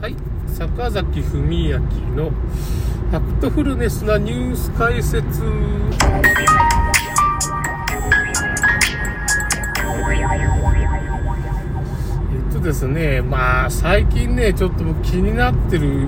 はい、坂崎文明のファクトフルネスなニュース解説。ですね、最近ね、ちょっと気になってる、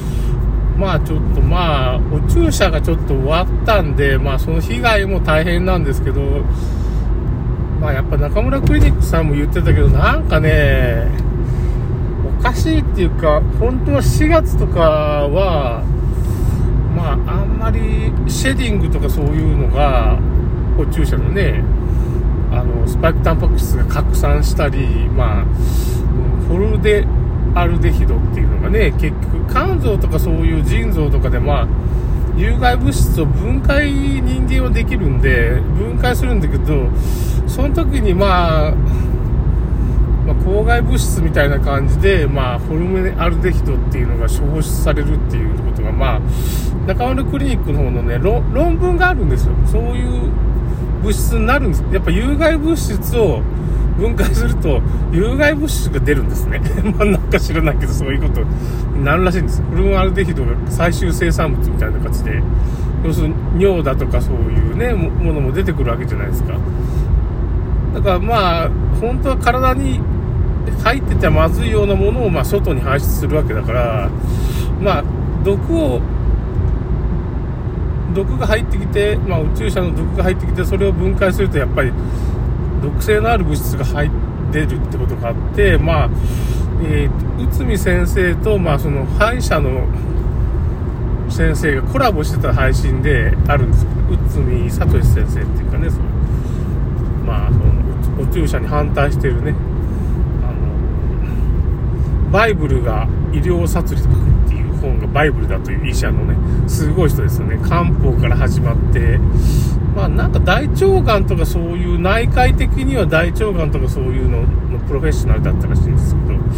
お注射がちょっと終わったんで、その被害も大変なんですけど、やっぱ中村クリニックさんも言ってたけど、なんかね、おかしいっていうか、本当は4月とかは、あんまりシェディングとかそういうのが、お注射のね、スパイクタンパク質が拡散したり、フォルデアルデヒドっていうのがね、結局肝臓とかそういう腎臓とかで有害物質を分解人間はできるんで分解するんだけど、その時に公害物質みたいな感じでフォルデアルデヒドっていうのが消失されるっていうことが中村クリニックの方のね論文があるんですよ。そういう物質になるんです。やっぱ有害物質を分解すると有害物質が出るんですねなんか知らないけどそういうことになるらしいんです。フォルムアルデヒドが最終生産物みたいな形で、要するに尿だとかそういうねものも出てくるわけじゃないですか。だから本当は体に入っててまずいようなものを外に排出するわけだから、毒が入ってきて、宇宙車の毒が入ってきて、それを分解するとやっぱり毒性のある物質が入ってるってことがあって、内海先生と、その歯医者の先生がコラボしてた配信であるんですけど、内海聡先生っていうかね、そのお注射に反対してるね、バイブルが医療殺戮っていう本がバイブルだという医者のね、すごい人ですよね。漢方から始まって、なんか大腸がんとかそういう内科医的には大腸がんとかそういうののプロフェッショナルだったらしいんですけど、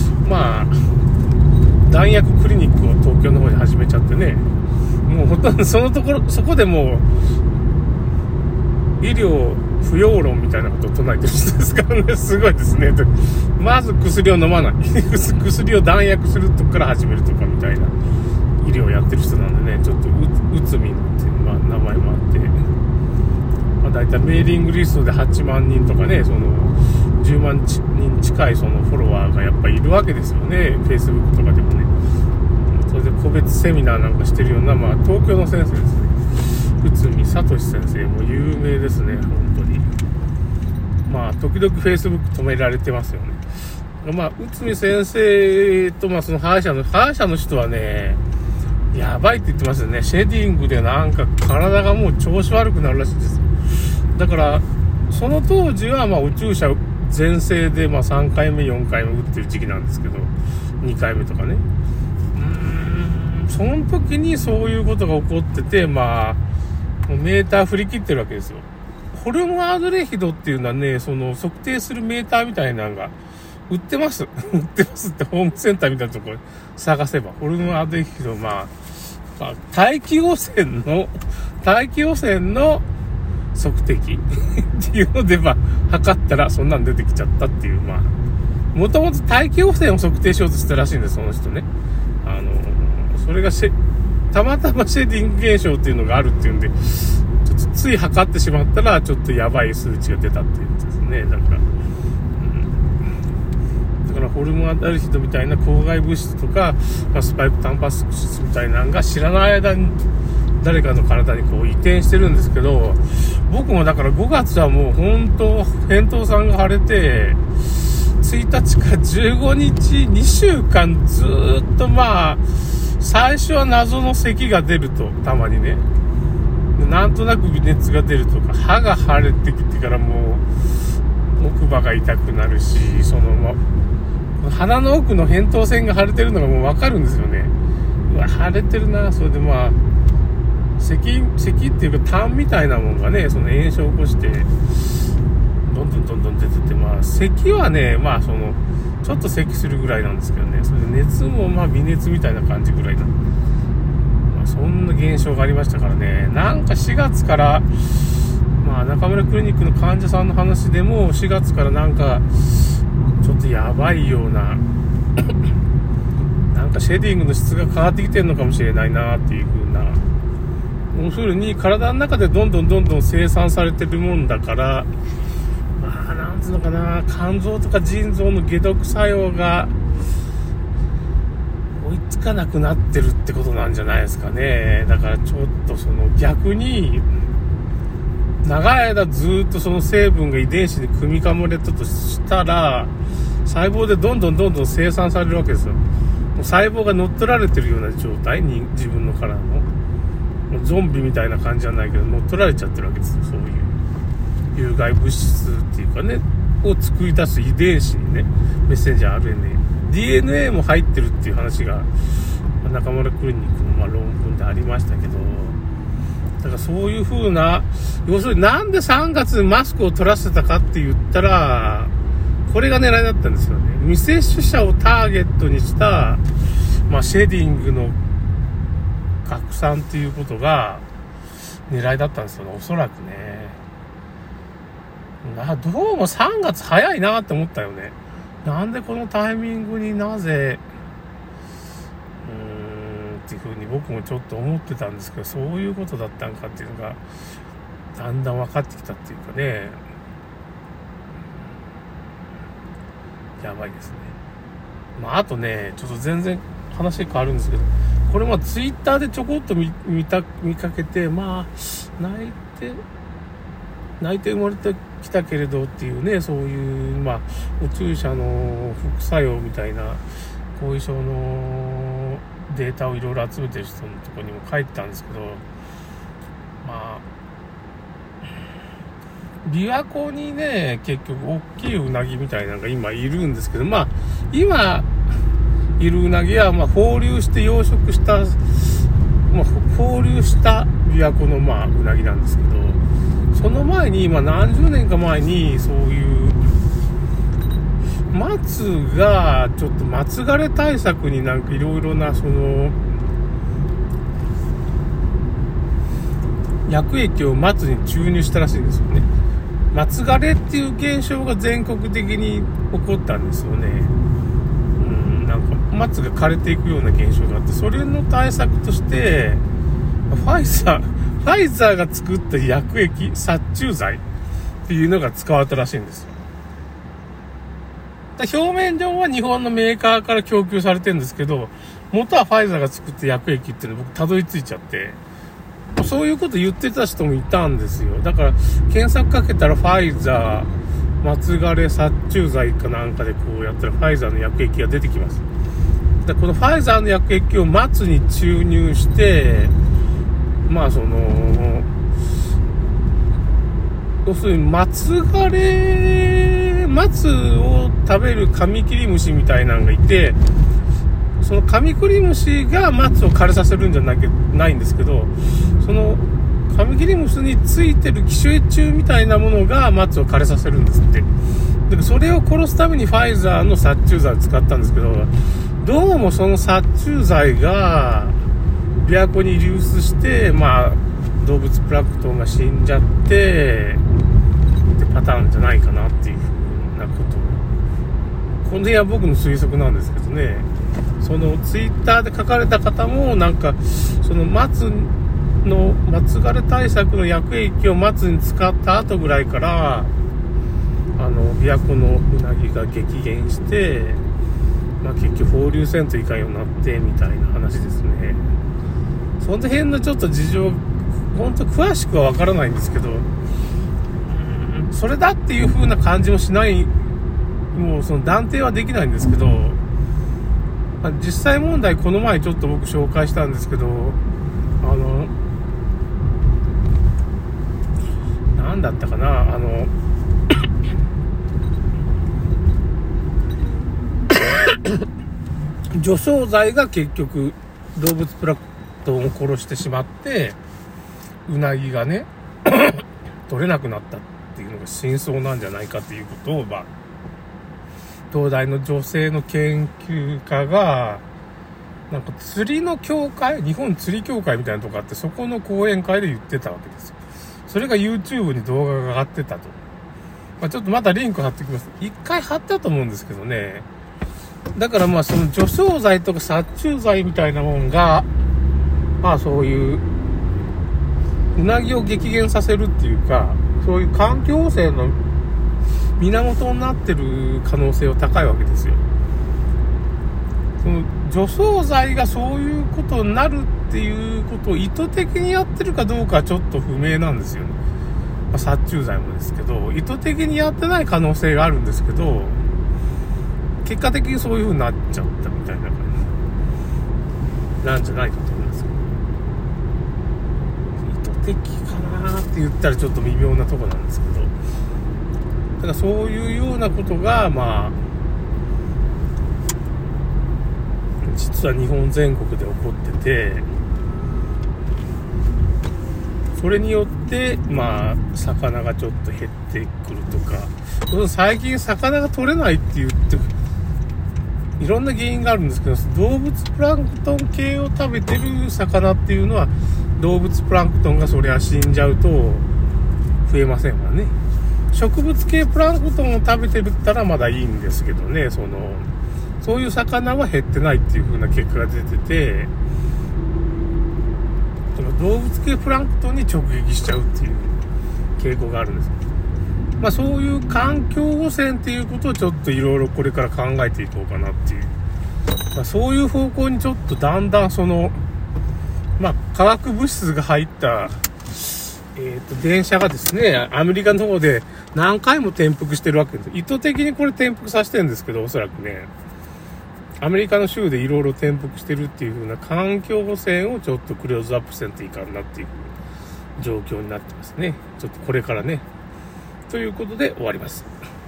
弾薬クリニックを東京の方に始めちゃってね、もうほとんどそこでもう医療不要論みたいなことを唱えてる人ですからね、すごいですね。まず薬を飲まない薬を弾薬するとこから始めるとかみたいな医療をやってる人なんでね、ちょっと内海っていう名前もあって、だいたいメーリングリストで8万人とかね、その10万人近いそのフォロワーがやっぱりいるわけですよね。 Facebook とかでもね、それで個別セミナーなんかしてるような、東京の先生ですね。内海聡先生も有名ですね、本当に。時々 Facebook 止められてますよね。内海先生と、その歯医者の人はね、やばいって言ってますよね。シェディングでなんか体がもう調子悪くなるらしいです。だからその当時はお注射全盛で3回目4回目打ってる時期なんですけど、2回目とかね、その時にそういうことが起こってて、メーター振り切ってるわけですよ。ホルモンアルデヒドっていうのはね、その測定するメーターみたいなのが売ってます売ってますってホームセンターみたいなところ探せば、ホルモンアルデヒド大気汚染の測定器っていうので測ったらそんなん出てきちゃったっていう、もともと大気汚染を測定しようとしたらしいんです、その人ね。それがたまたまシェディング現象っていうのがあるっていうんで、ちょっとつい測ってしまったらちょっとやばい数値が出たっていうやつですね。だからホルモンアルデヒドみたいな公害物質とか、スパイクタンパク質みたいなのが知らない間に誰かの体に移転してるんですけど、僕もだから5月はもう本当扁桃腺が腫れて、1日から15日2週間ずっと最初は謎の咳が出ると、たまにね、なんとなく微熱が出るとか、歯が腫れてきてからもう奥歯が痛くなるし、鼻の奥の扁桃腺が腫れてるのがもう分かるんですよね。腫れてるな。それで咳っていうか痰みたいなもんがね、その炎症を起こしてどんどん出てて、咳はね、ちょっと咳するぐらいなんですけどね、それで熱も微熱みたいな感じぐらいな、そんな現象がありましたからね。なんか4月から中村クリニックの患者さんの話でも、4月からなんかちょっとやばいようなシェディングの質が変わってきてるのかもしれないなっていう風な、要するに体の中でどんどん生産されてるもんだから、まあなんつうのかな、肝臓とか腎臓の解毒作用が追いつかなくなってるってことなんじゃないですかね。だからちょっとその逆に長い間ずっとその成分が遺伝子に組み込まれたとしたら、細胞でどんどん生産されるわけですよ。もう細胞が乗っ取られてるような状態に、自分の体のもうゾンビみたいな感じじゃないけど乗っ取られちゃってるわけですよ。そういう有害物質っていうかねを作り出す遺伝子にね、メッセンジャー RNA、DNA も入ってるっていう話が中村クリニックの論文でありましたけど、だからそういう風な、要するになんで3月にマスクを取らせたかって言ったら、これが狙いだったんですよね。未接種者をターゲットにした、シェディングの拡散っていうことが狙いだったんですよね、おそらくね。どうも3月早いなって思ったよね。なんでこのタイミングになぜっていう風に僕もちょっと思ってたんですけど、そういうことだったんかっていうのがだんだん分かってきたっていうかね、やばいですね。あとね、ちょっと全然話変わるんですけど、これツイッターでちょこっと見かけて、泣いて生まれてきたけれどっていうね、そういうお注射の副作用みたいな後遺症のデータをいろいろ集めてる人のところにも書いてたんですけど、琵琶湖にね、結局大きいうなぎみたいなのが今いるんですけど、今いるうなぎは放流して養殖した、放流した琵琶湖のうなぎなんですけど、その前に何十年か前にそういう松がちょっと松枯れ対策になんかいろいろなその薬液を松に注入したらしいんですよね。松枯れっていう現象が全国的に起こったんですよね。なんか松が枯れていくような現象があって、それの対策としてファイザーが作った薬液、殺虫剤っていうのが使われたらしいんですよ。表面上は日本のメーカーから供給されてるんですけど、元はファイザーが作った薬液っていうのを僕たどり着いちゃって、そういうこと言ってた人もいたんですよ。だから検索かけたらファイザー松枯れ殺虫剤かなんかでこうやったらファイザーの薬液が出てきます。でこのファイザーの薬液を松に注入して、要するに松を食べるカミキリムシみたいなのがいて、そのカミキリムシが松を枯れさせるんじゃないんですけど、そのカミキリムシについてる寄生虫みたいなものが松を枯れさせるんですって。でそれを殺すためにファイザーの殺虫剤を使ったんですけど、どうもその殺虫剤が琵琶湖に流出して、動物プランクトンが死んじゃってってパターンじゃないかなっていうふうなことを、この辺は僕の推測なんですけどね。そのツイッターで書かれた方もなんかその松枯れ対策の薬液を松に使った後ぐらいから琵琶湖のうなぎが激減して、結局放流せんといかんようになってみたいな話ですね。その辺のちょっと事情本当詳しくはわからないんですけど、それだっていう風な感じもしない、もうその断定はできないんですけど、実際問題この前ちょっと僕紹介したんですけど、なんだったかな、除草剤が結局動物プランクトンを殺してしまってうなぎがね取れなくなったっていうのが真相なんじゃないかっていうことを、東大の女性の研究家がなんか釣りの協会、日本釣り協会みたいなとこあって、そこの講演会で言ってたわけですよ。それが YouTube に動画が上がってたと。ちょっとまたリンク貼ってきます。一回貼ったと思うんですけどね。 だからまあその除草剤とか殺虫剤みたいなもんが、まあそういううなぎを激減させるっていうか、そういう環境汚染の源になってる可能性は高いわけですよ。その除草剤がそういうことになるっていうことを意図的にやってるかどうかはちょっと不明なんですよね。まあ、殺虫剤もですけど、意図的にやってない可能性があるんですけど、結果的にそういう風になっちゃったみたいな感じなんじゃないかと思います。意図的かなって言ったらちょっと微妙なとこなんですけど、だからそういうようなことがまあ実は日本全国で起こってて、それによってまあ魚がちょっと減ってくるとか、最近魚が取れないって言っていろんな原因があるんですけど、動物プランクトン系を食べてる魚っていうのは動物プランクトンがそりゃ死んじゃうと増えませんわね。植物系プランクトンを食べてるったらまだいいんですけどね、そういう魚は減ってないっていう風な結果が出てて、動物系プランクトンに直撃しちゃうっていう傾向があるんです。まあそういう環境汚染っていうことをちょっといろいろこれから考えていこうかなっていう、まあ、そういう方向にちょっとだんだんまあ化学物質が入った電車がですね、アメリカの方で何回も転覆してるわけです。意図的にこれ転覆させてるんですけど、おそらくね、アメリカの州でいろいろ転覆してるっていう風な環境汚染をちょっとクローズアップせんといかんなっていう状況になってますね。ちょっとこれからね。ということで終わります。